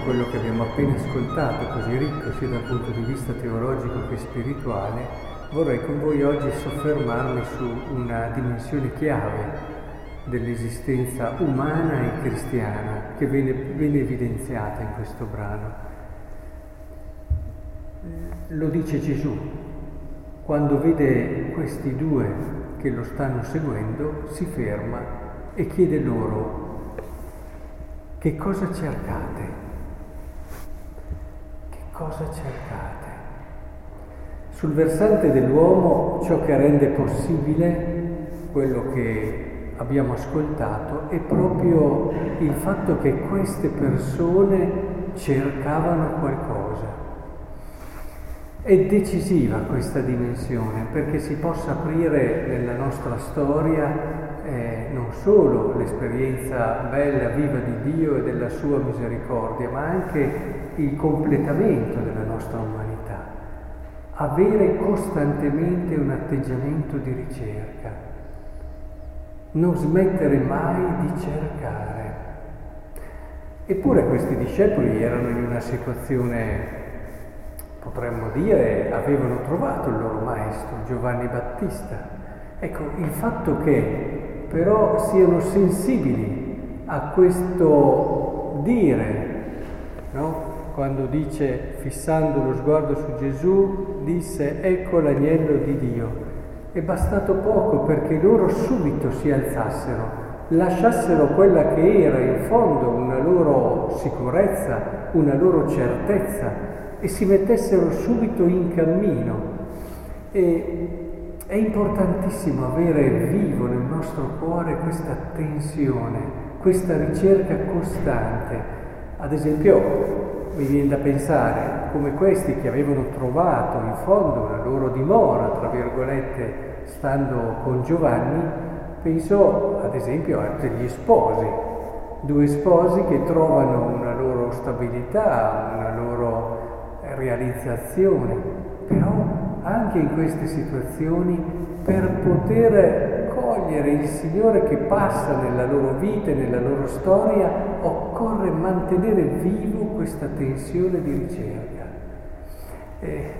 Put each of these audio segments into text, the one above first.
quello che abbiamo appena ascoltato, così ricco sia dal punto di vista teologico che spirituale, vorrei con voi oggi soffermarmi su una dimensione chiave dell'esistenza umana e cristiana che viene evidenziata in questo brano. Lo dice Gesù, quando vede questi due che lo stanno seguendo, si ferma e chiede loro: che cosa cercate? Che cosa cercate? Sul versante dell'uomo, ciò che rende possibile quello che abbiamo ascoltato è proprio il fatto che queste persone cercavano qualcosa. È decisiva questa dimensione perché si possa aprire nella nostra storia non solo l'esperienza bella, viva di Dio e della sua misericordia, ma anche il completamento della nostra umanità. Avere costantemente un atteggiamento di ricerca, non smettere mai di cercare. Eppure questi discepoli erano in una situazione, potremmo dire, avevano trovato il loro maestro, Giovanni Battista. Ecco, il fatto che però siano sensibili a questo dire, no? Quando dice, fissando lo sguardo su Gesù, disse: ecco l'agnello di Dio. È bastato poco perché loro subito si alzassero, lasciassero quella che era in fondo una loro sicurezza, una loro certezza e si mettessero subito in cammino. E è importantissimo avere vivo nel nostro cuore questa tensione, questa ricerca costante. Ad esempio, mi viene da pensare come questi che avevano trovato in fondo una loro dimora, tra virgolette, stando con Giovanni, penso ad esempio a degli sposi, due sposi che trovano una loro stabilità, una loro realizzazione, però anche in queste situazioni, per poter cogliere il Signore che passa nella loro vita e nella loro storia, occorre mantenere vivo questa tensione di ricerca. È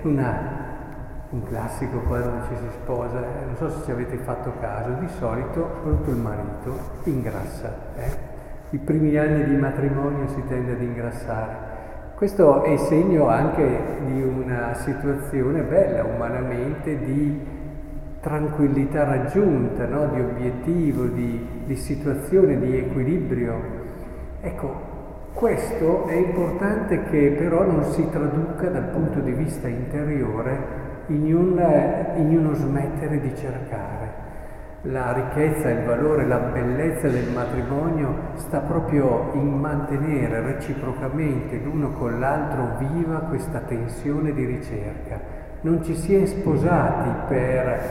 un classico quando ci si sposa, non so se ci avete fatto caso, di solito, soprattutto il marito, ingrassa. I primi anni di matrimonio si tende ad ingrassare. Questo è segno anche di una situazione bella, umanamente, di tranquillità raggiunta, no? Di obiettivo, di situazione, di equilibrio. Ecco, questo è importante che però non si traduca dal punto di vista interiore in uno smettere di cercare. La ricchezza, il valore, la bellezza del matrimonio sta proprio in mantenere reciprocamente l'uno con l'altro viva questa tensione di ricerca. Non ci si è sposati per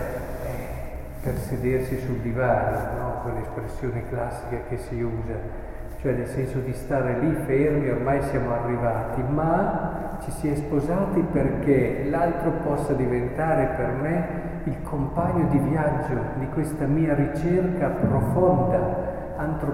sedersi sul divano, no? Quell'espressione classica che si usa, cioè nel senso di stare lì fermi, ormai siamo arrivati, ma ci si è sposati perché l'altro possa diventare per me il compagno di viaggio di questa mia ricerca profonda,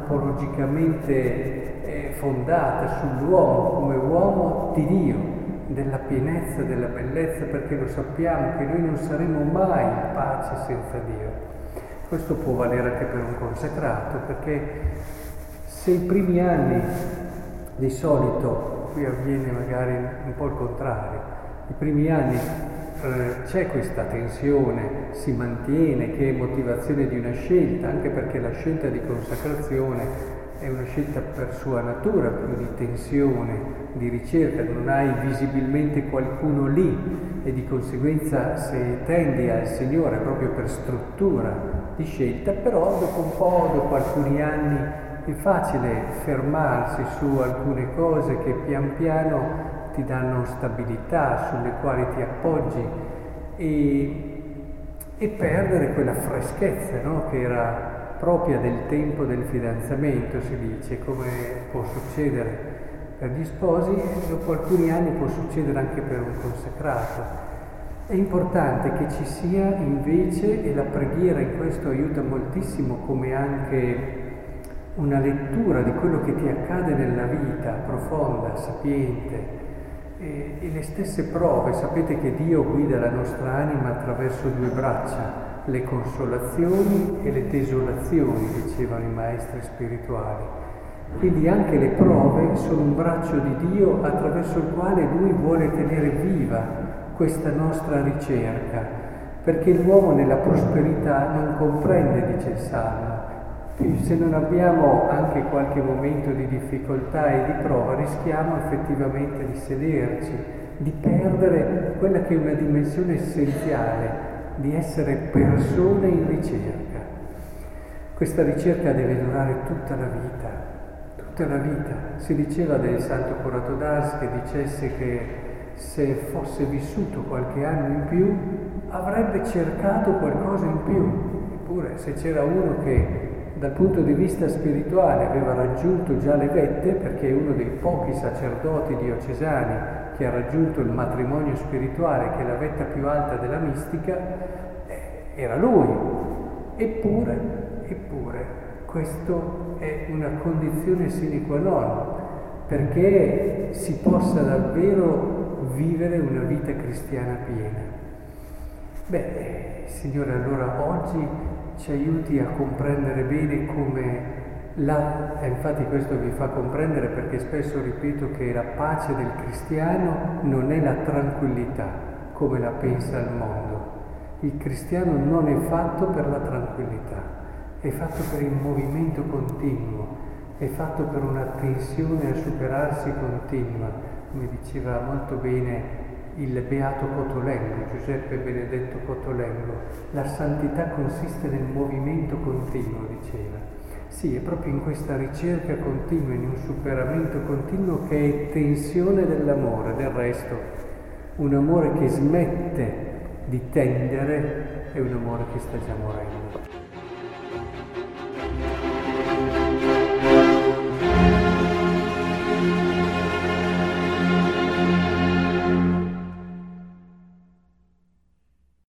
antropologicamente fondata sull'uomo come uomo di Dio, della pienezza, della bellezza, perché lo sappiamo che noi non saremo mai in pace senza Dio. Questo può valere anche per un consacrato, perché se i primi anni di solito, qui avviene magari un po' il contrario, i primi anni c'è questa tensione, si mantiene, che è motivazione di una scelta, anche perché la scelta di consacrazione è una scelta per sua natura, più di tensione, di ricerca, non hai visibilmente qualcuno lì e di conseguenza se tendi al Signore proprio per struttura di scelta, però dopo un po', dopo alcuni anni, è facile fermarsi su alcune cose che pian piano ti danno stabilità, sulle quali ti appoggi e perdere quella freschezza, no? Che era propria del tempo del fidanzamento, si dice, come può succedere per gli sposi e dopo alcuni anni può succedere anche per un consacrato. È importante che ci sia invece, e la preghiera in questo aiuta moltissimo, come anche una lettura di quello che ti accade nella vita, profonda, sapiente, e le stesse prove. Sapete che Dio guida la nostra anima attraverso due braccia, le consolazioni e le desolazioni, dicevano i maestri spirituali. Quindi anche le prove sono un braccio di Dio attraverso il quale Lui vuole tenere viva questa nostra ricerca, perché l'uomo nella prosperità non comprende, dice il Salmo. Se non abbiamo anche qualche momento di difficoltà e di prova, rischiamo effettivamente di sederci, di perdere quella che è una dimensione essenziale, di essere persone in ricerca. Questa ricerca deve durare tutta la vita, tutta la vita. Si diceva del santo Curato d'Ars che dicesse che se fosse vissuto qualche anno in più avrebbe cercato qualcosa in più. Eppure se c'era uno che dal punto di vista spirituale aveva raggiunto già le vette, perché è uno dei pochi sacerdoti diocesani che ha raggiunto il matrimonio spirituale, che è la vetta più alta della mistica, era lui. Eppure, questo è una condizione sine qua non, perché si possa davvero vivere una vita cristiana piena. Signore, allora oggi ci aiuti a comprendere bene come infatti questo vi fa comprendere, perché spesso ripeto che la pace del cristiano non è la tranquillità come la pensa il mondo. Il cristiano non è fatto per la tranquillità, è fatto per il movimento continuo, è fatto per una tensione a superarsi continua, come diceva molto bene il beato Cotolengo, Giuseppe Benedetto Cotolengo. La santità consiste nel movimento continuo, diceva. Sì, è proprio in questa ricerca continua, in un superamento continuo, che è tensione dell'amore. Del resto, un amore che smette di tendere è un amore che sta già morendo.